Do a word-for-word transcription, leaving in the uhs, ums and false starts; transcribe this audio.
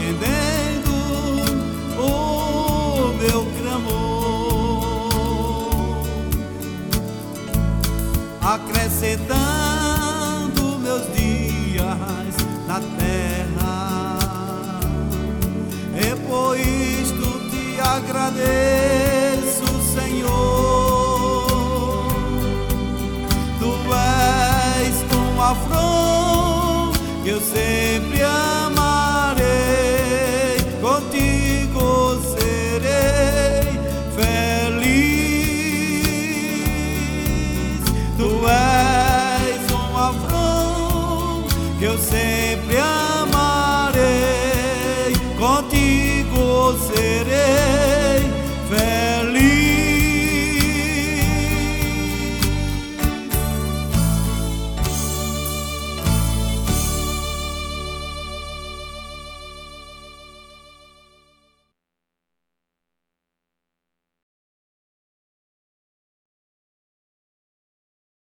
atendendo o meu clamor, acrescentando meus dias na terra. E por isto te agradeço, Senhor. Tu és uma flor que eu sempre amarei, contigo serei feliz. Tu és uma flor que eu sempre amarei, contigo serei feliz.